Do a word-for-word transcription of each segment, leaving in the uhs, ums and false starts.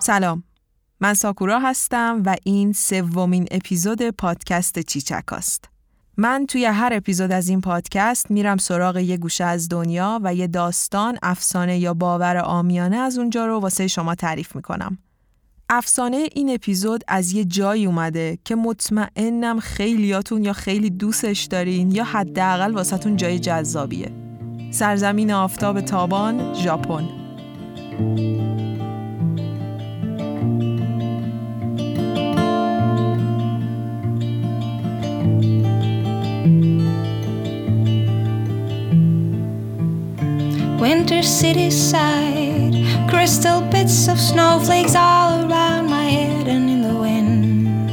سلام، من ساکورا هستم و این سومین اپیزود پادکست چیچکاست. من توی هر اپیزود از این پادکست میرم سراغ یه گوشه از دنیا و یه داستان، افسانه یا باور عامیانه از اونجا رو واسه شما تعریف میکنم. افسانه این اپیزود از یه جایی اومده که مطمئنم خیلیاتون یا خیلی دوستش دارین یا حداقل واسهتون جای جذابیه. سرزمین آفتاب تابان، ژاپن. Winter city side, crystal bits of snowflakes all around my head and in the wind.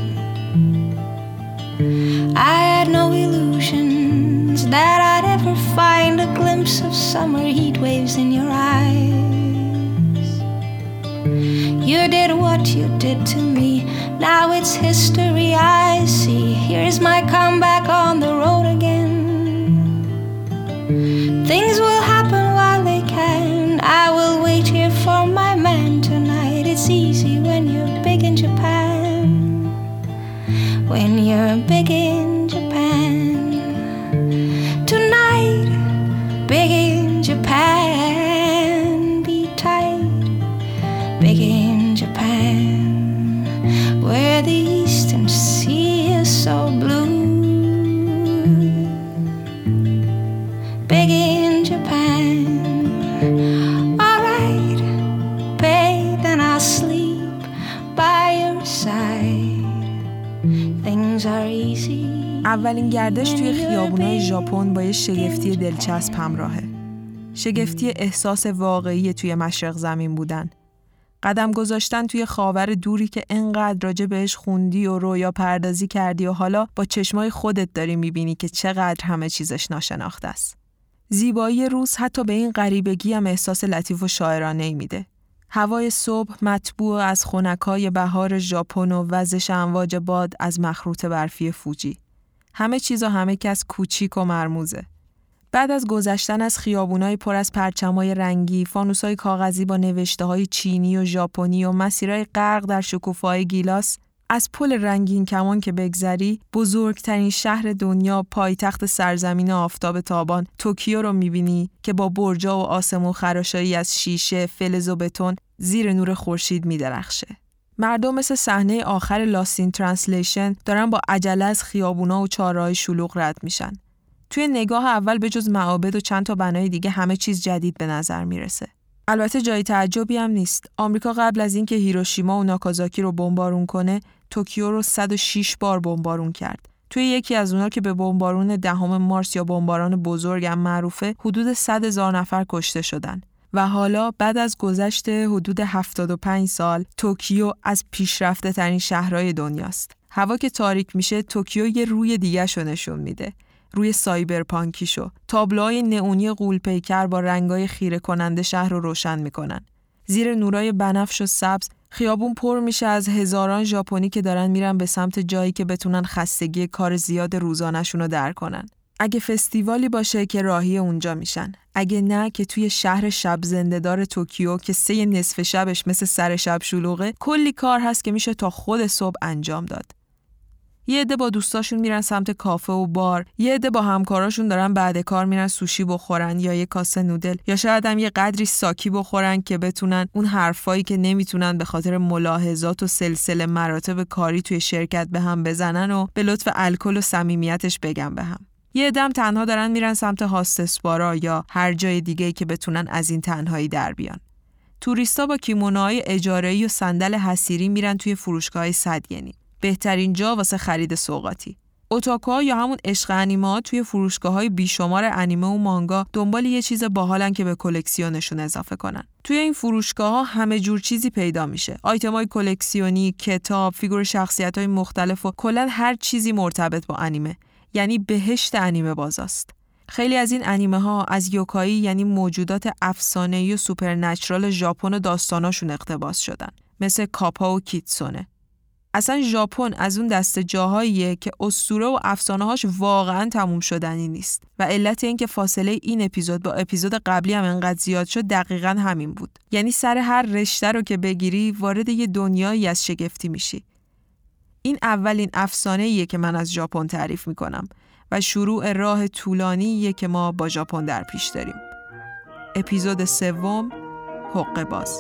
I had no illusions that I'd ever find a glimpse of summer heat waves in your eyes. You did what you did to me, now it's history I see. Here's my comeback on the road again. Things will happen while they can. I will wait here for my man tonight. It's easy when you're big in Japan. When you're big in Japan. Tonight, big in Japan. Be tight, big in Japan. Where the eastern sea is so blue. Big in Japan. All right, babe, then I'll sleep by your side. Things are easy. اولین گردش توی خیابونای ژاپن با یه شگفتی دلچسب همراهه. شگفتی احساس واقعی توی مشرق زمین بودن. قدم گذاشتن توی خاور دوری که انقدر راجع بهش خوندی و رویا پردازی کردی و حالا با چشمای خودت داری میبینی که چقدر همه چیزش ناشناخته است. زیبایی روز حتی به این غریبگی هم احساس لطیف و شاعرانه‌ای میده. هوای صبح مطبوع از خنکای بهار ژاپن و وزش امواج باد از مخروط برفی فوجی. همه چیز و همه کس کوچیک و مرموزه. بعد از گذشتن از خیابونای پر از پرچمای رنگی، فانوسای کاغذی با نوشته‌های چینی و ژاپنی و مسیرهای غرق در شکوفه‌های گیلاس، از پل رنگین کمان که بگذری، بزرگترین شهر دنیا، پایتخت سرزمین آفتاب تابان، توکیو رو می‌بینی که با برجا و آسمون خراشایی از شیشه، فلز و بتون زیر نور خورشید می‌درخشه. مردم مثل صحنه آخر لاست این ترنسلیشن دارن با عجله از خیابونا و چهارراهای شلوغ رد میشن. توی نگاه اول به جز معابد و چند تا بنای دیگه همه چیز جدید به نظر میرسه. البته جای تعجبی هم نیست. آمریکا قبل از اینکه هیروشیما و ناکازاکی رو بمبارون کنه، توکیو رو صد و شش بار بمبارون کرد. توی یکی از اونها که به بمبارون دهم مارس یا بمباران بزرگ هم معروفه، حدود صد هزار نفر کشته شدن. و حالا بعد از گذشت حدود هفتاد و پنج سال، توکیو از پیشرفته ترین شهرهای دنیاست. هوا که تاریک میشه، توکیو یه روی دیگه شو نشون میده. روی سایبرپانکیشو. تابلوهای نئونی غول‌پیکر با رنگای خیره کننده شهر رو روشن میکنن. زیر نورای بنفش و سبز، خیابون پر میشه از هزاران ژاپنی که دارن میرن به سمت جایی که بتونن خستگی کار زیاد روزانه‌شون رو در کنن. اگه فستیوالی باشه که راهی اونجا میشن. اگه نه که توی شهر شب زنده‌دار توکیو که سه نصف شبش مثل سر شب شلوغه، کلی کار هست که میشه تا خود صبح انجام داد. یه عده با دوستاشون میرن سمت کافه و بار، یه عده با همکاراشون دارن بعد کار میرن سوشی بخورن یا یه کاسه نودل، یا شاید هم یه قدری ساکی بخورن که بتونن اون حرفایی که نمیتونن به خاطر ملاحظات و سلسله مراتب کاری توی شرکت به هم بزنن و به لطف الکل و صمیمیتش بگن به هم. یه عده هم تنها دارن میرن سمت هاستس بارا یا هر جای دیگه‌ای که بتونن از این تنهایی در بیان. توریستا با کیمونوهای اجاره‌ای و صندل حصیری میرن توی فروشگاه‌های صد ینی. بهترین جا واسه خرید سوغاتی. اوتاکوها یا همون عشق انیمه‌ها توی فروشگاه‌های بیشمار انیمه و مانگا دنبال یه چیز باحالن که به کلکسیونشون اضافه کنن. توی این فروشگاه‌ها همه جور چیزی پیدا میشه. آیتم‌های کلکسیونی، کتاب، فیگور شخصیت‌های مختلف و کلاً هر چیزی مرتبط با انیمه. یعنی بهشت انیمه بازاست. خیلی از این انیمه ها از یوکایی یعنی موجودات افسانه‌ای و سوپرنچرال ژاپن و داستاناشون اقتباس شدن، مثل کاپا و کیتسونه. اصلا ژاپن از اون دسته جاهاییه که اسطوره و افسانه‌هاش واقعاً تموم شدنی نیست و علت این که فاصله این اپیزود با اپیزود قبلی هم انقدر زیاد شد دقیقاً همین بود. یعنی سر هر رشته رو که بگیری وارد یه دنیایی از شگفتی میشی. این اولین افسانه‌ایه که من از ژاپن تعریف میکنم و شروع راه طولانیه که ما با ژاپن در پیش داریم. اپیزود سوم، حقه باز.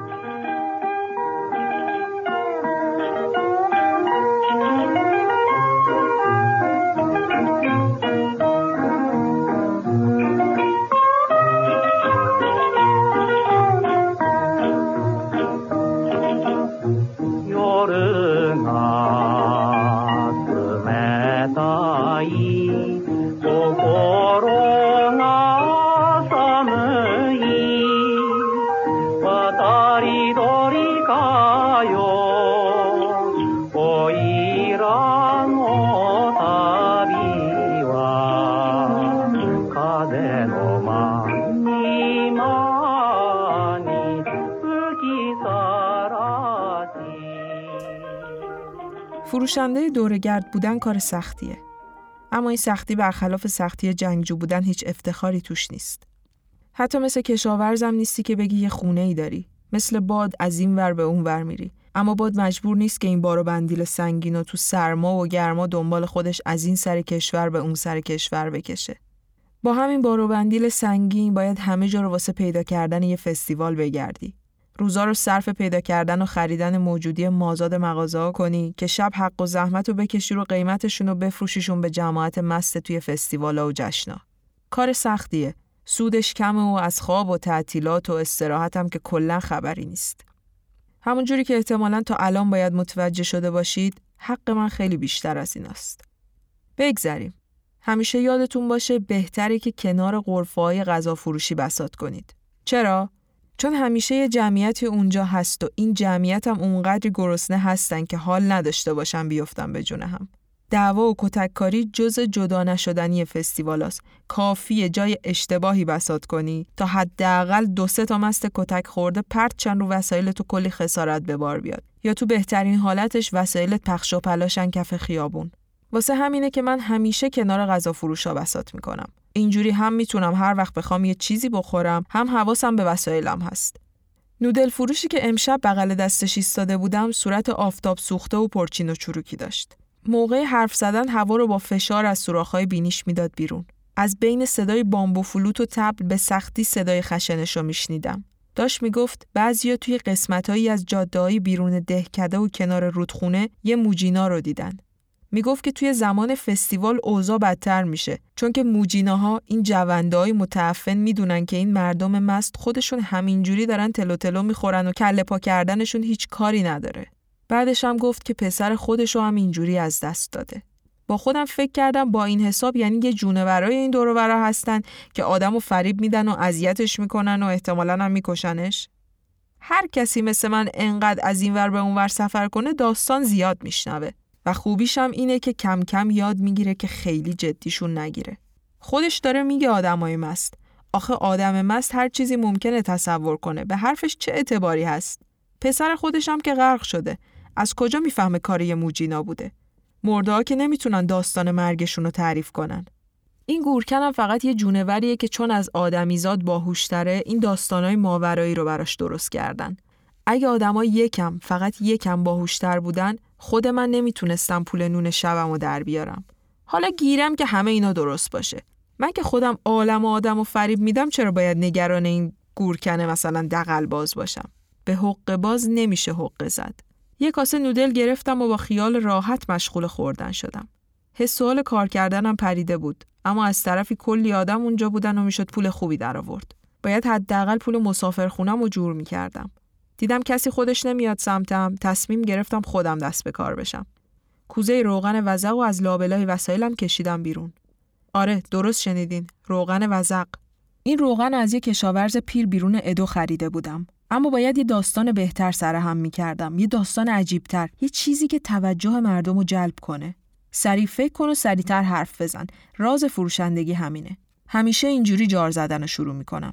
فروشنده دوره‌گرد بودن کار سختیه. اما این سختی برخلاف سختی جنگجو بودن هیچ افتخاری توش نیست. حتی مثل کشاورزم نیستی که بگی یه خونه‌ای داری. مثل باد از این ور به اون ور میری. اما باد مجبور نیست که این بار و بندیل سنگین و تو سرما و گرما دنبال خودش از این سر کشور به اون سر کشور بکشه. با همین بار و بندیل سنگین باید همه جا رو واسه پیدا کردن یه فستیوال بگردی. روزا رو صرف پیدا کردن و خریدن موجودی مازاد مغازه‌ها کنی که شب حق و زحمت رو بکشی رو قیمتشون رو بفروشیشون به جماعت مست توی فستیوالا و جشنا. کار سختیه. سودش کمه و از خواب و تعطیلات و استراحت هم که کلا خبری نیست. همون جوری که احتمالاً تا الان باید متوجه شده باشید، حق من خیلی بیشتر از ایناست. بگذریم. همیشه یادتون باشه بهتره که کنار غرفه‌های غذا فروشی بساط کنید. چرا؟ چون همیشه یه جمعیتی اونجا هست و این جمعیت هم اونقدری گرسنه هستن که حال نداشته باشن بیفتن به جون هم. دعوا و کتککاری جز جدا نشدنی فستیوالاست. کافیه جای اشتباهی بساط کنی تا حداقل دو سه تا مست کتک خورده پرت چن رو وسایل تو کلی خسارت به بار بیاد. یا تو بهترین حالتش وسایلت پخش و پلاشن کف خیابون. واسه همینه که من همیشه کنار غذا فروشا بساط میکنم. اینجوری هم میتونم هر وقت بخوام یه چیزی بخورم، هم حواسم به وسایلم هست. نودل فروشی که امشب بغل دستش ایستاده بودم صورت آفتاب سوخته و پرچین و چروکی داشت. موقع حرف زدن هوا رو با فشار از سوراخ‌های بینیش میداد بیرون. از بین صدای بامبو فلوت و طبل به سختی صدای خشنش رو میشنیدم. داشت میگفت بعضیا توی قسمتایی از جاده‌های بیرون دهکده و کنار رودخونه یه موجینا رو دیدن. میگفت که توی زمان فستیوال اوضاع بدتر میشه چون که موجیناها این جونده‌های متعفن میدونن که این مردم مست خودشون همینجوری دارن تلو تلو میخورن و کله پا کردنشون هیچ کاری نداره. بعدش هم گفت که پسر خودشو هم اینجوری از دست داده. با خودم فکر کردم با این حساب یعنی یه جونورای این دور و برا هستن که آدمو فریب میدن و اذیتش میکنن و احتمالاً هم میکشنش. هر کسی مثل من انقدر از این ور به اون ور سفر کنه داستان زیاد میشنوه. و خوبیش هم اینه که کم کم یاد میگیره که خیلی جدیشون نگیره. خودش داره میگه آدمای مست. آخه آدم مست هر چیزی ممکنه تصور کنه. به حرفش چه اعتباری هست؟ پسر خودش هم که غرق شده. از کجا میفهمه کار یه موجینا بوده؟ مرده‌ها که نمیتونن داستان مرگشون رو تعریف کنن. این گورکن هم فقط یه جونوریه که چون از آدمیزاد باهوش‌تره این داستانای ماورایی رو براش درست کردن. اگه آدما یکم فقط یکم باهوش‌تر بودن خود من نمیتونستم پول نون شبمو در بیارم. حالا گیرم که همه اینا درست باشه. من که خودم عالم آدمو فریب میدم چرا باید نگران این گورکنه مثلا دغل باز باشم؟ به حقه باز نمیشه حقه زد. یه کاسه نودل گرفتم و با خیال راحت مشغول خوردن شدم. حس و حال کار کردنم پریده بود، اما از طرفی کلی آدم اونجا بودن و میشد پول خوبی در آورد. باید حداقل پول مسافرخونه‌مو جور میکردم. دیدم کسی خودش نمیاد سمتم، تصمیم گرفتم خودم دست به کار بشم. کوزه روغن وزق و از لابلای وسایلم کشیدم بیرون. آره، درست شنیدین، روغن وزق. این روغن از یک کشاورز پیر بیرون ادو خریده بودم. اما باید یه داستان بهتر سرهم می‌کردم، یه داستان عجیب‌تر، یه چیزی که توجه مردم رو جلب کنه. سریع فکر کن و سریع‌تر حرف بزن. راز فروشندگی همینه. همیشه اینجوری جار زدن رو شروع می‌کنم.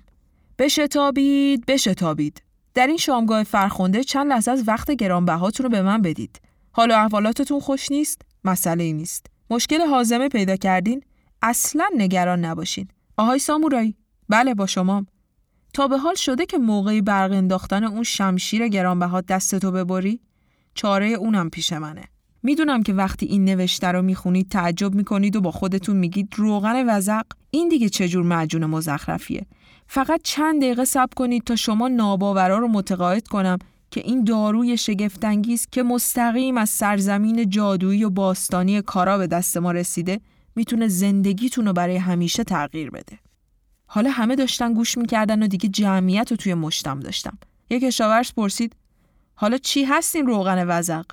بشتابید، بشتابید. در این شامگاه فرخنده چند لحظه از وقت گرانبهاتون رو به من بدید. حال و احوالاتتون خوش نیست؟ مسئله نیست. مشکل هاضمه پیدا کردین؟ اصلاً نگران نباشین. آهای سامورایی؟ بله با شمام. تا به حال شده که موقعی برق انداختن اون شمشیر گرانبها دستتو ببری؟ چاره اونم پیش منه. میدونم که وقتی این نوشته رو میخونید تعجب میکنید و با خودتون میگید روغن وزق این دیگه چجور معجون مزخرفیه. فقط چند دقیقه صبر کنید تا شما ناباورا رو متقاعد کنم که این داروی شگفت‌انگیز که مستقیم از سرزمین جادویی و باستانی کارا به دست ما رسیده میتونه زندگیتون رو برای همیشه تغییر بده. حالا همه داشتن گوش میکردن و دیگه جمعیت رو توی مشتم داشتم. یک کشاورز پرسید حالا چی هست این روغن وزق؟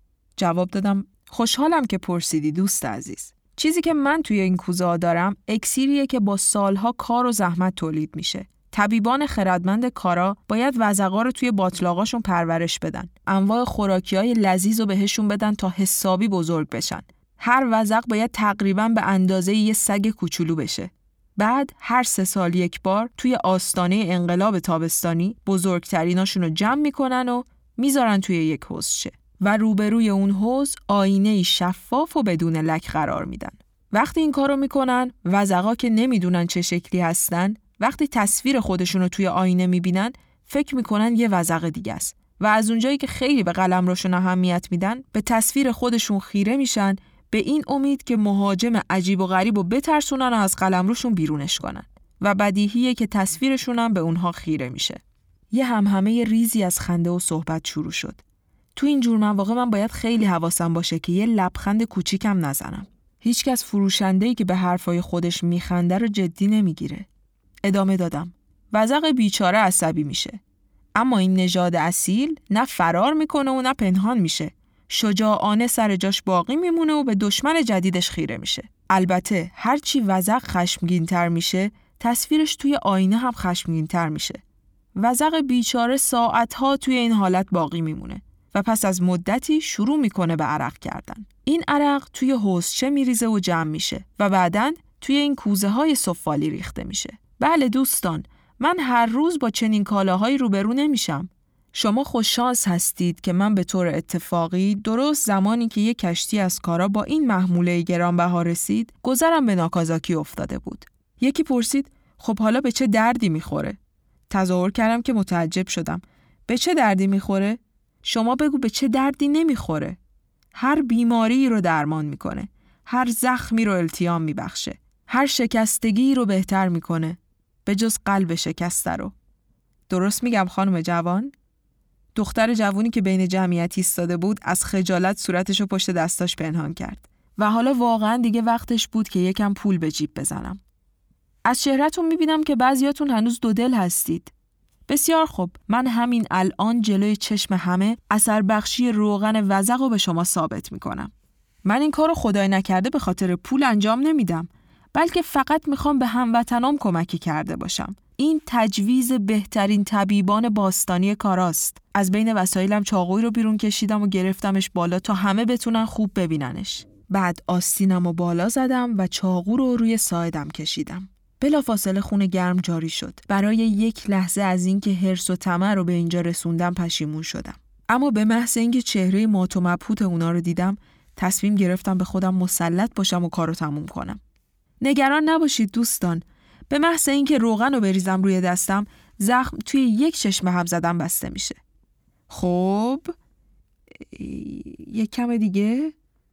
جواب دادم خوشحالم که پرسیدی دوست عزیز. چیزی که من توی این کوزه دارم اکسیریه که با سالها کار و زحمت تولید میشه. طبیبان خردمند کارا باید وزغا رو توی باطلاقاشون پرورش بدن. انواع خوراکی‌های لذیذ رو بهشون بدن تا حسابی بزرگ بشن. هر وزغ باید تقریباً به اندازه یه سگ کوچولو بشه. بعد هر سه سال یک بار توی آستانه انقلاب تابستانی بزرگتریناشون رو جمع میکنن و میذارن توی یک حوضچه و روبروی اون حوض آینه شفاف و بدون لک قرار میدن. وقتی این کارو میکنن وزغا که نمیدونن چه شکلی هستن وقتی تصویر خودشون رو توی آینه میبینن فکر میکنن یه وزغ دیگه است و از اونجایی که خیلی به قلمروشون اهمیت میدن به تصویر خودشون خیره میشن به این امید که مهاجم عجیب و غریب و بترسونن و از قلمروشون بیرونش کنن و بدیهیه که تصویرشون هم به اونها خیره میشه. یه همهمه ریزی از خنده و صحبت شروع شد. تو این جور مواقع من باید خیلی حواسم باشه که یه لبخند کوچیکم نزنم. هیچکس فروشنده‌ای که به حرفای خودش میخنده رو جدی نمیگیره. ادامه دادم. وزغ بیچاره عصبی میشه. اما این نژاد اصیل نه فرار میکنه و نه پنهان میشه. شجاعانه سر جاش باقی میمونه و به دشمن جدیدش خیره میشه. البته هرچی وزغ خشمگین‌تر میشه، تصویرش توی آینه هم خشمگین‌تر میشه. وزغ بیچاره ساعتها توی این حالت باقی میمونه و پس از مدتی شروع میکنه به عرق کردن. این عرق توی حوضچه میریزه و جمع میشه و بعداً توی این کوزه های سفالی ریخته میشه. بله دوستان، من هر روز با چنین کالاهایی روبرو نمیشم. شما خوششانس هستید که من به طور اتفاقی درست زمانی که یک کشتی از کارا با این محموله گرانبها رسید، گذرم به ناکازاکی افتاده بود. یکی پرسید خب حالا به چه دردی میخوره؟ تظاهر کردم که متعجب شدم. به چه دردی میخوره؟ شما بگو به چه دردی نمیخوره؟ هر بیماری رو درمان میکنه. هر زخمی رو التیام میبخشه. هر شکستگی رو بهتر میکنه. به جز قلب شکسته رو. درست میگم خانم جوان؟ دختر جوونی که بین جمعیت ایستاده بود از خجالت صورتشو پشت دستاش پنهان کرد و حالا واقعا دیگه وقتش بود که یکم پول به جیب بزنم. از چهرهتون میبینم که بعضیاتون هنوز دو دل هستید. بسیار خوب، من همین الان جلوی چشم همه اثر بخشی روغن وزغ رو به شما ثابت میکنم. من این کارو خدای نکرده به خاطر پول انجام نمیدم، بلکه فقط میخوام به هموطنام کمکی کرده باشم. این تجویز بهترین طبیبان باستانی کاراست. از بین وسایلم چاقویی رو بیرون کشیدم و گرفتمش بالا تا همه بتونن خوب ببیننش. بعد آستینم رو بالا زدم و چاقو رو روی ساعدم کشیدم. بلافاصله خون گرم جاری شد. برای یک لحظه از اینکه حرص و طمع رو به اینجا رسوندم پشیمون شدم. اما به محض اینکه چهره مات و مبهوت اونا رو دیدم، تصمیم گرفتم به خودم مسلط باشم و کارو تموم کنم. نگران نباشید دوستان. به محض اینکه روغن رو بریزم روی دستم، زخم توی یک چشم هم زدن بسته میشه. خب یک کم دیگه؟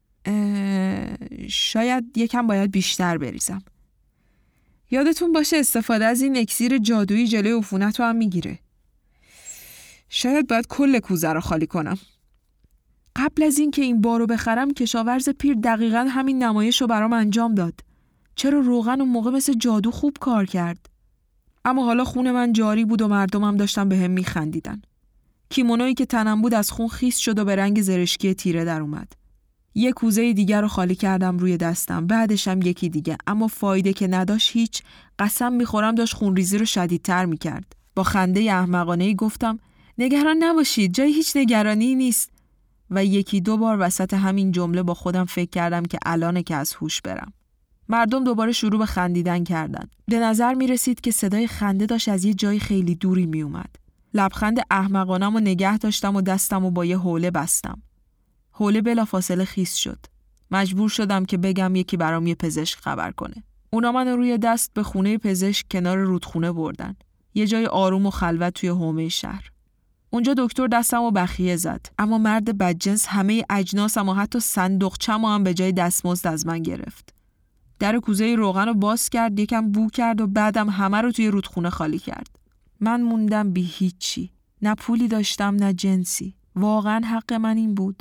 شاید یکم باید بیشتر بریزم. یادتون باشه استفاده از این اکسیر جادویی جلوی عفونت رو هم میگیره. شاید باید کل کوزه رو خالی کنم. قبل از این که این بارو بخرم کشاورز پیر دقیقاً همین نمایش رو برام انجام داد. چرا روغن اون موقع مثل جادو خوب کار کرد؟ اما حالا خون من جاری بود و مردمم داشتن به هم میخندیدن. کیمونویی که تنم بود از خون خیس شد و به رنگ زرشکی تیره در اومد. یک کوزه دیگر رو خالی کردم روی دستم، بعدش هم یکی دیگه، اما فایده که نداشت هیچ. قسم میخورم داشت خونریزی رو شدیدتر میکرد. با خنده احمقانه‌ای گفتم نگران نباشید، جای هیچ نگرانی نیست. و یکی دو بار وسط همین جمله با خودم فکر کردم که الانه که از هوش برم. مردم دوباره شروع به خندیدن کردن. به نظر می رسید که صدای خنده داشت از یه جای خیلی دوری می اومد. لبخند احمقانم و نگه داشتم و دستم و با یه حوله بستم. حوله بلافاصله خیس شد. مجبور شدم که بگم یکی برام یه پزشک خبر کنه. اونا منو روی دست به خونه پزشک کنار رودخونه بردن. یه جای آروم و خلوت توی حومه شهر. اونجا دکتر دستمو بخیه زد، اما مرد بدجنس همه اجناسم و حتی صندوقچه‌مو هم به جای دستمزد از من گرفت. در کوزه روغن رو باز کرد، یکم بو کرد و بعدم همه رو توی رودخونه خالی کرد. من موندم بی هیچی. نه پولی داشتم نه جنسی. واقعا حق من این بود.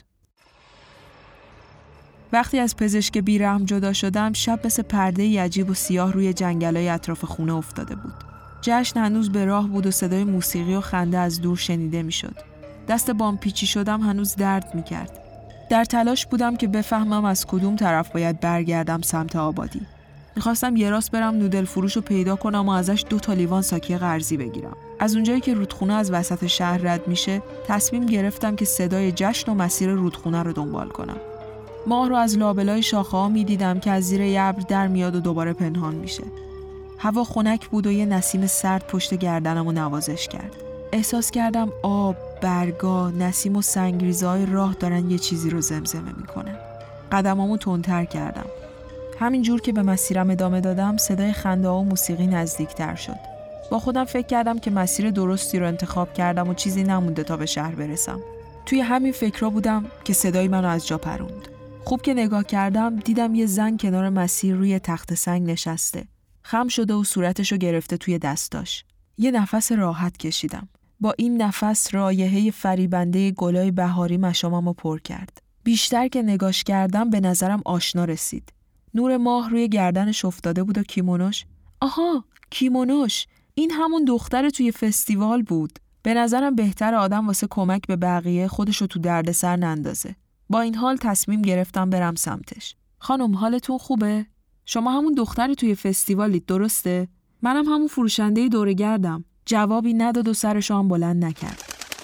وقتی از پزشک بیرحم جدا شدم، شب مثل پرده عجیب و سیاه روی جنگلای اطراف خونه افتاده بود. جشن هنوز به راه بود و صدای موسیقی و خنده از دور شنیده میشد. دست بام پیچی شدم هنوز درد میکرد. در تلاش بودم که بفهمم از کدوم طرف باید برگردم سمت آبادی. میخواستم یه راست برم نودل فروش رو پیدا کنم و ازش دو تا لیوان ساکی قرضی بگیرم. از اونجایی که رودخونه از وسط شهر رد میشه، تصمیم گرفتم که صدای جشن و مسیر رودخونه رو دنبال کنم. ماه رو از لابلای شاخه‌ها می‌دیدم که از زیر ابر در میاد و دوباره پنهان میشه. هوا خنک بود و یه نسیم سرد پشت گردنمو نوازش کرد. احساس کردم آب، برگا، نسیم و سنگریزه‌های راه دارن یه چیزی رو زمزمه میکنن. قدمامو تندتر کردم. همینجور که به مسیرم ادامه دادم، صدای خنده‌ها و موسیقی نزدیکتر شد. با خودم فکر کردم که مسیر درستی رو انتخاب کردم و چیزی نمونده تا به شهر برسم. توی همین فکرها بودم که صدای منو از جا پروند. خوب که نگاه کردم، دیدم یه زن کنار مسیر روی تخت سنگ نشسته. خم شده و صورتشو گرفته توی دستاش. یه نفس راحت کشیدم. با این نفس رایحه فریبنده گلای بهاری مشاممو پر کرد. بیشتر که نگاش کردم به نظرم آشنا رسید. نور ماه روی گردنش افتاده بود و کیمونوش. آها، کیمونوش. این همون دختر توی فستیوال بود. به نظرم بهتر آدم واسه کمک به بقیه خودشو تو دردسر نندازه. با این حال تصمیم گرفتم برم سمتش. خانم حالتون خوبه؟ شما همون دختری توی فستیوالید درسته؟ منم همون فروشنده دوره‌گردم. جوابی نداد و سرشو هم بلند نکرد.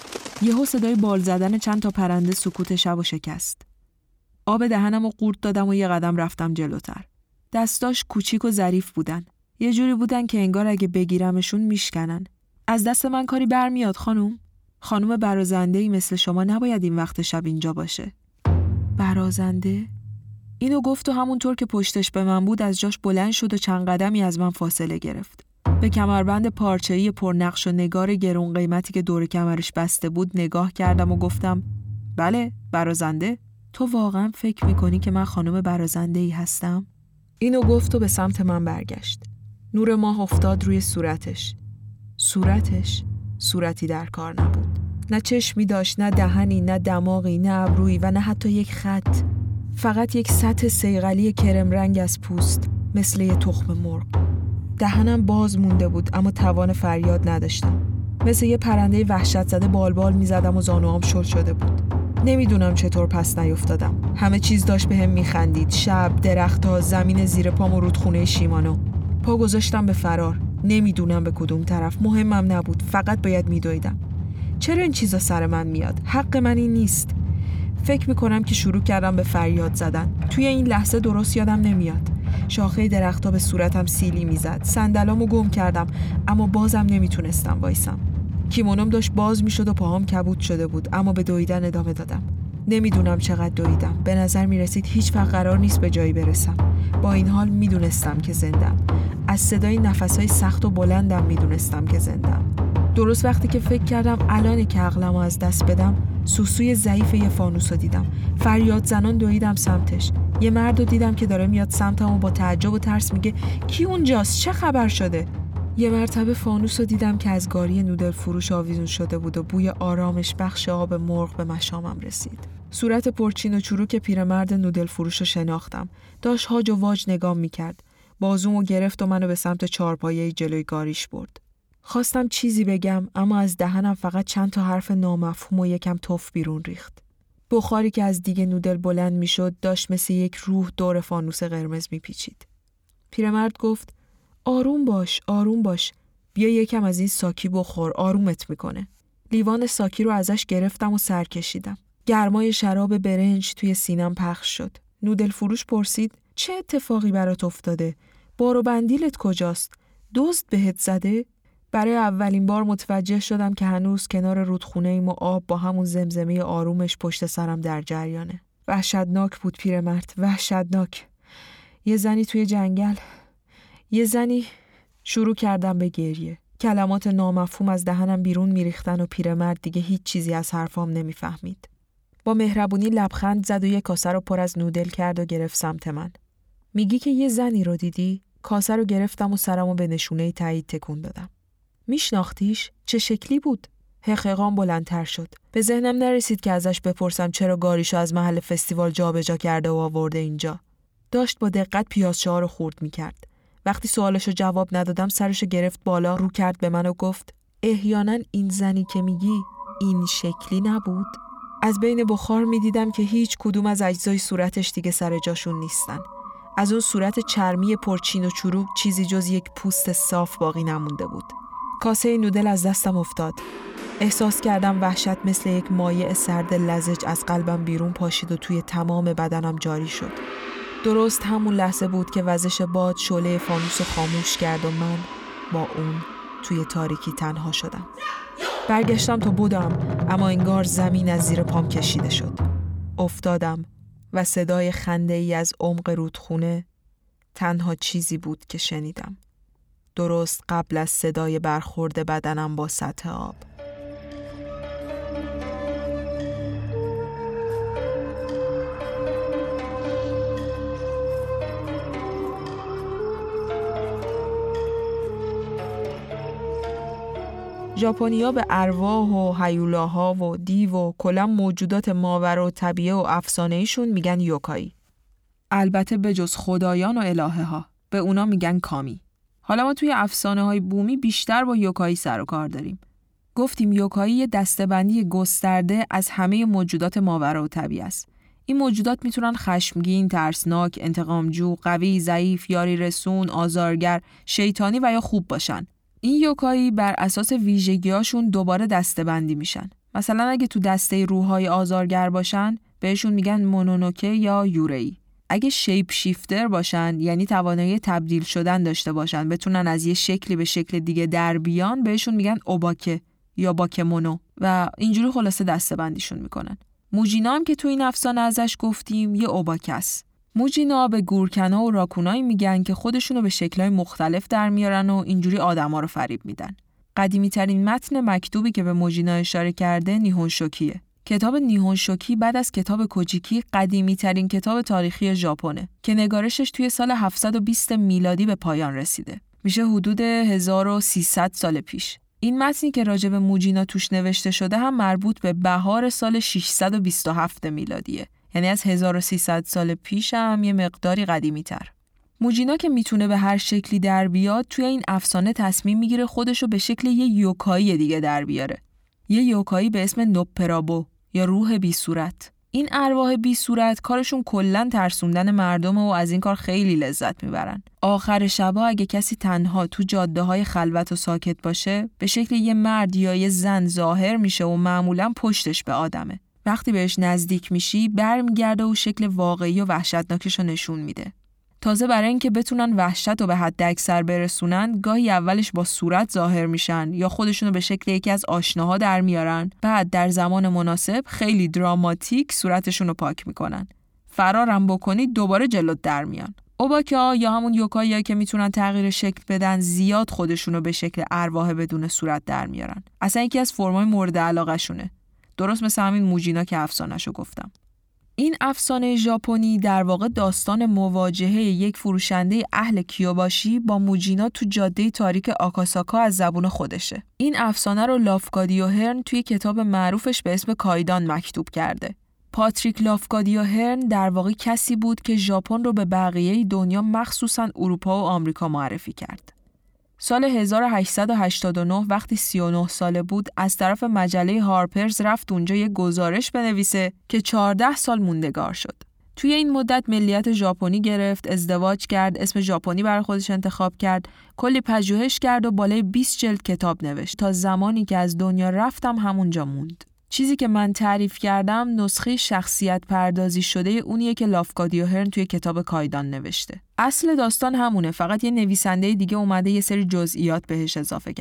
یهو صدای بال زدن چند تا پرنده سکوت شبو شکست. آب دهنمو قورت دادم و یه قدم رفتم جلوتر. دستاش کوچیک و ظریف بودن. یه جوری بودن که انگار اگه بگیرمشون میشکنن. از دست من کاری برمیاد خانم؟ خانم برازنده‌ای مثل شما نباید این وقت شب اینجا باشه. برازنده؟ اینو گفت و همونطور که پشتش به من بود از جاش بلند شد و چند قدمی از من فاصله گرفت. به کمربند پارچه‌ای پرنقش و نگار گرون قیمتی که دور کمرش بسته بود نگاه کردم و گفتم بله، برازنده. تو واقعا فکر میکنی که من خانم برازنده‌ای هستم؟ اینو گفت و به سمت من برگشت. نور ماه افتاد روی صورتش. صورتش صورتی در کار نبود. نه چشمی داشت، نه دهنی، نه دماغی، نه ابرویی و نه حتی یک خط. فقط یک سطح صیقلی کرم رنگ از پوست، مثل یه تخم مرغ. دهنم باز مونده بود اما توان فریاد نداشتم. مثل یه پرنده وحشت زده بالبال میزدم و زانوام شل شده بود. نمیدونم چطور پس نیفتادم. همه چیز داشت به هم میخندید. شب، درخت‌ها، زمین زیر پام و رودخونه شیمانو. پا گذاشتم به فرار. نمیدونم به کدوم طرف. مهمم نبود. فقط باید میدویدم. چرا این چیزا سر من میاد؟ حق من این نیست. فکر میکنم که شروع کردم به فریاد زدن. توی این لحظه درست یادم نمیاد. شاخه درخت‌ها به صورتم سیلی میزد. صندلامو گم کردم اما بازم نمیتونستم وایسم. کیمونوم داشت باز میشد و پاهام کبود شده بود اما به دویدن ادامه دادم. نمیدونم چقدر دویدم. به نظر میرسید هیچ وقت قرار نیست به جایی برسم. با این حال میدونستم که زندم. از صدای نفس‌های سخت و بلندم میدونستم که زندم. درست وقتی که فکر کردم الانی که عقلمو از دست بدم، سوسوی ضعیف یه فانوس رو دیدم. فریاد زنان دویدم سمتش. یه مرد رو دیدم که داره میاد سمتم و با تعجب و ترس میگه کی اونجاست؟ چه خبر شده؟ یه مرتبه فانوس رو دیدم که از گاری نودل فروش آویزون شده بود و بوی آرامش بخش آب مرغ به مشامم رسید. صورت پرچین و چروک پیرمرد نودل فروش رو شناختم. داشت هاج و واج نگام میکرد. بازومو گرفت و منو به سمت چهارپایه جلوی گاریش برد. خواستم چیزی بگم اما از دهنم فقط چند تا حرف نامفهوم و یکم تف بیرون ریخت. بخاری که از دیگه نودل بلند میشد داشت مثل یک روح دور فانوس قرمز میپیچید. پیرمرد گفت آروم باش، آروم باش. بیا یکم از این ساکی بخور، آرومت میکنه. لیوان ساکی رو ازش گرفتم و سر کشیدم. گرمای شراب برنج توی سینم پخش شد. نودل فروش پرسید چه اتفاقی برات افتاده؟ بار و بندیلت کجاست؟ دزد بهت زده؟ برای اولین بار متوجه شدم که هنوز کنار رودخونه ایم و آب با همون زمزمه آرومش پشت سرم در جریانه. وحشتناک بود پیرمرد، وحشتناک. یه زنی توی جنگل، یه زنی. شروع کردم به گریه. کلمات نامفهوم از دهنم بیرون میریختن و پیرمرد دیگه هیچ چیزی از حرفام نمیفهمید. با مهربونی لبخند زد و یه کاسه رو پر از نودل کرد و گرفت سمت من. میگی که یه زنی رو دیدی؟ کاسه رو گرفتم و سرمو به نشونه تایید تکون دادم. میشناختیش؟ چه شکلی بود؟ حقیقام بلندتر شد. به ذهنم نرسید که ازش بپرسم چرا گاریشو از محل فستیوال جابجا کرده و آورده اینجا. داشت با دقت پیازچه‌ها رو خورد میکرد. وقتی سوالشو جواب ندادم سرشو گرفت بالا، رو کرد به من و گفت احیانا این زنی که میگی این شکلی نبود؟ از بین بخار میدیدم که هیچ کدوم از اجزای صورتش دیگه سر جاشون نیستن. از اون صورت چرمی پرچین و چروک چیزی جز یک پوست صاف باقی نمونده بود. کاسه نودل از دستم افتاد. احساس کردم وحشت مثل یک مایع سرد لزج از قلبم بیرون پاشید و توی تمام بدنم جاری شد. درست همون لحظه بود که وزش باد شعله فانوس رو خاموش کرد و من با اون توی تاریکی تنها شدم. برگشتم تا بودم، اما انگار زمین از زیر پام کشیده شد. افتادم و صدای خنده ای از عمق رودخونه تنها چیزی بود که شنیدم. درست قبل از صدای برخورد بدنم با سطح آب. ژاپنی‌ها به ارواح و هیولاها و دیو و کلا موجودات ماورا و طبیعه و افسانه‌ایشون میگن یوکایی. البته به جز خدایان و الهه ها به اونا میگن کامی. حالا ما توی افسانه‌های بومی بیشتر با یوکایی سر و کار داریم. گفتیم یوکایی یه دسته‌بندی گسترده از همه موجودات ماورا و طبیعه است. این موجودات میتونن خشمگین، ترسناک، انتقامجو، قوی، ضعیف، یاری رسون، آزارگر، شیطانی و یا خوب باشن. این یوکایی بر اساس ویژگی‌هاشون دوباره دسته‌بندی میشن. مثلا اگه تو دسته روح‌های آزارگر باشن، بهشون میگن مونونوکه یا یورئی. اگه شیپ شیفتر باشن، یعنی توانایی تبدیل شدن داشته باشن، بتونن از یه شکلی به شکل دیگه در بیان، بهشون میگن اوباکه یا باکمونو و اینجوری خلاصه دسته‌بندیشون میکنن. موجینا هم که تو این افسانه ازش گفتیم، یه اوباکه است. موجینا به گورکنا و راکونایی میگن که خودشونو به شکل‌های مختلف در میارن و اینجوری آدما رو فریب میدن. قدیمی‌ترین متن مکتوبی که به موجینا اشاره کرده نیهونشوکیه. کتاب نیهونشوکی بعد از کتاب کوجیکی قدیمی‌ترین کتاب تاریخی ژاپنه که نگارشش توی سال هفتصد و بیست میلادی به پایان رسیده. میشه حدود هزار و سیصد سال پیش. این متنی که راجع به موجینا توش نوشته شده هم مربوط به بهار سال ششصد و بیست و هفت میلادیه. یعنی از هزار و سیصد سال پیش هم یه مقداری قدیمی تر. موجینا که میتونه به هر شکلی در بیاد، توی این افسانه تصمیم میگیره خودشو به شکل یه یوکایی دیگه در بیاره. یه یوکایی به اسم نوپرابو یا روح بی صورت. این ارواح بی صورت کارشون کلاً ترسوندن مردمه و از این کار خیلی لذت میبرن. آخر شبا اگه کسی تنها تو جاده‌های خلوت و ساکت باشه، به شکل یه مرد یا یه زن ظاهر میشه و معمولاً پشتش به آدمه. وقتی بهش نزدیک میشی برمیگرده و شکل واقعی و وحشتناکش رو نشون میده. تازه برای اینکه بتونن وحشت رو به حد اکثر برسونن، گاهی اولش با صورت ظاهر میشن یا خودشونو به شکل یکی از آشناها در میارن، بعد در زمان مناسب خیلی دراماتیک صورتشون رو پاک میکنن. فرارم بکنی دوباره جلوت در میان. اوباکا یا همون یوکایی که میتونن تغییر شکل بدن، زیاد خودشونو به شکل ارواح بدون صورت در میارن. اصلا یکی از فرمای مورد علاقه شونه. درست مثل همین موجینا که افسانه‌شو گفتم. این افسانه ژاپنی در واقع داستان مواجهه یک فروشنده اهل کیوباشی با موجینا تو جاده تاریک آکاساکا از زبون خودشه. این افسانه رو لافکادیو هرن توی کتاب معروفش به اسم کایدان مکتوب کرده. پاتریک لافکادیو هرن در واقع کسی بود که ژاپن رو به بقیه دنیا مخصوصاً اروپا و آمریکا معرفی کرد. سال هزار و هشتصد و هشتاد و نه وقتی سی و نه ساله بود، از طرف مجله هارپرز رفت اونجا یه گزارش بنویسه که چهارده سال موندگار شد. توی این مدت ملیت ژاپنی گرفت، ازدواج کرد، اسم ژاپنی برای خودش انتخاب کرد، کلی پژوهش کرد و بالای بیست جلد کتاب نوشت. تا زمانی که از دنیا رفتم همونجا موند. چیزی که من تعریف کردم نسخه شخصیت پردازی شده اونیه که لافکادیو هرن توی کتاب کایدان نوشته. اصل داستان همونه، فقط یه نویسنده دیگه اومده یه سری جزئیات بهش اضافه کرده.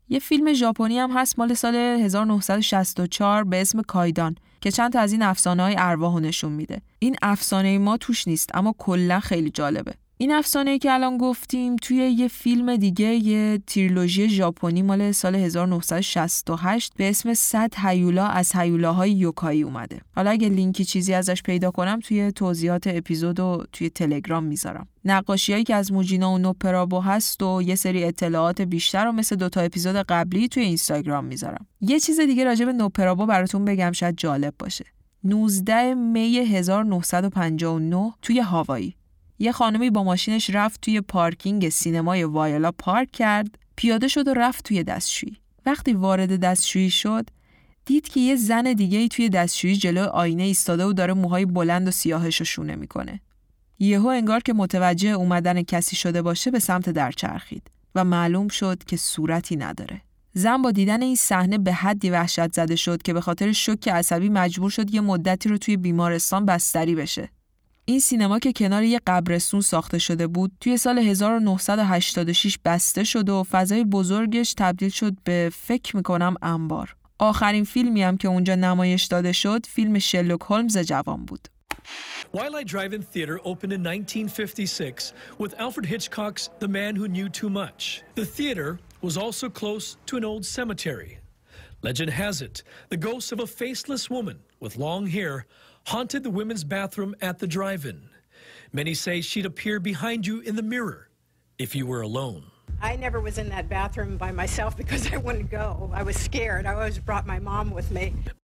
یه فیلم ژاپنی هم هست مال سال هزار و نهصد و شصت و چهار به اسم کایدان که چند تا از این افسانه‌های ارواحو نشون میده. این افسانه ما توش نیست اما کلا خیلی جالبه. این افسانه‌ای که الان گفتیم توی یه فیلم دیگه، یه تریلوژی ژاپنی مال سال هزار و نهصد و شصت و هشت به اسم صد هیولا از هیولاهای یوکایی اومده. حالا اگه لینکی چیزی ازش پیدا کنم توی توضیحات اپیزودو توی تلگرام میذارم. نقاشیایی که از موجینا و نوپرابو هست و یه سری اطلاعات بیشتر رو مثل دوتا اپیزود قبلی توی اینستاگرام میذارم. یه چیز دیگه راجع به نوپرابو براتون بگم شاید جالب باشه. نوزده می هزار و نهصد و پنجاه و نه توی هاوایی یه خانمی با ماشینش رفت توی پارکینگ سینمای وایلا پارک کرد، پیاده شد و رفت توی دستشویی. وقتی وارد دستشویی شد، دید که یه زن دیگه‌ای توی دستشویی جلوی آینه ایستاده و داره موهای بلند و سیاهش رو شونه میکنه. یهو انگار که متوجه اومدن کسی شده باشه به سمت در چرخید و معلوم شد که صورتی نداره. زن با دیدن این صحنه به حدی وحشت زده شد که به خاطر شوک عصبی مجبور شد یه مدتی رو توی بیمارستان بستری بشه. این سینما که کنار یه قبرستون ساخته شده بود توی سال هزار و نهصد و هشتاد و شش بسته شد و فضای بزرگش تبدیل شد به فکر میکنم انبار. آخرین فیلمی هم که اونجا نمایش داده شد فیلم شرلوک هولمز جوان بود. Twilight Drive-In Theater opened in nineteen fifty-six with Alfred Hitchcock's The Man Who Knew Too Much. The theater was also close to an old cemetery. Legend has it, the ghost of a faceless woman with long hair haunted the women's bathroom at the drive-in. Many say she'd appear behind you in the mirror if you were alone. I never was in that bathroom by myself because I wouldn't go. I was scared. I always brought my mom with me.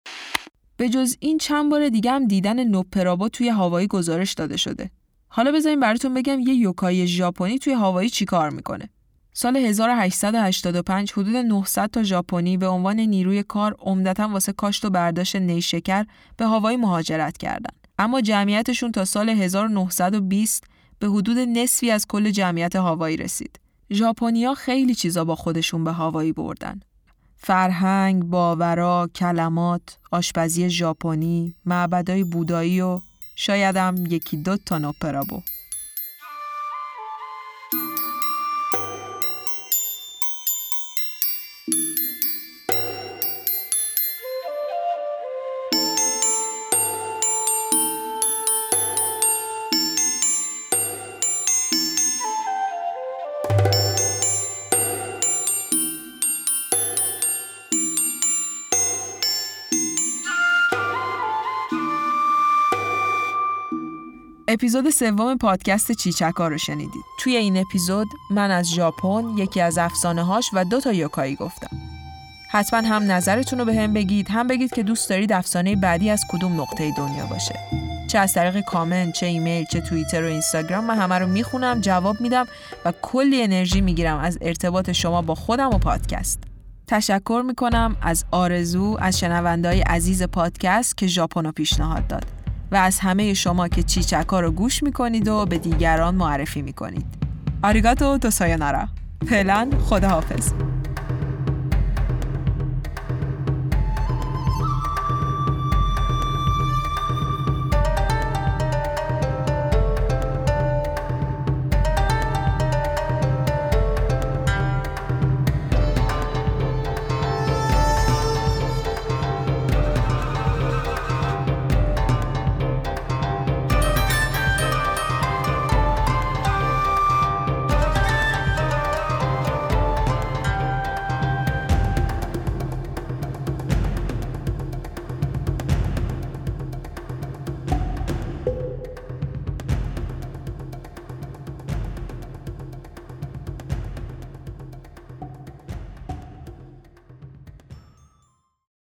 به جز این چند بار دیگه هم دیدن نوپرابو توی هاوایی گزارش داده شده. حالا بذارین براتون بگم یه یوکای ژاپنی توی هاوایی چی کار میکنه. سال هزار و هشتصد و هشتاد و پنج حدود نهصد تا ژاپنی به عنوان نیروی کار عمدتاً واسه کاشت و برداشت نیشکر به هاوایی مهاجرت کردند. اما جمعیتشون تا سال هزار و نهصد و بیست به حدود نصفی از کل جمعیت هاوایی رسید. ژاپنیا خیلی چیزا با خودشون به هاوایی بردن. فرهنگ، باورا، کلمات، آشپزی ژاپنی، معبدای بودایی و شاید هم یکی دو تا نوپرابو. اپیزود سوم پادکست چیچکا رو شنیدید. توی این اپیزود من از ژاپن، یکی از افسانه‌هاش و دو تا یوکایی گفتم. حتما هم نظرتون رو به هم بگید، هم بگید که دوست دارید افسانه بعدی از کدوم نقطه دنیا باشه. چه از طریق کامنت، چه ایمیل، چه توییتر و اینستاگرام، من همه رو میخونم، جواب میدم و کلی انرژی میگیرم از ارتباط شما با خودم و پادکست. تشکر میکنم از آرزو، از شنونده‌های عزیز پادکست که ژاپن رو پیشنهاد داد. و از همه شما که چیچکا رو گوش میکنید و به دیگران معرفی میکنید. آریگاتو تو سایونارا. فعلا خداحافظ.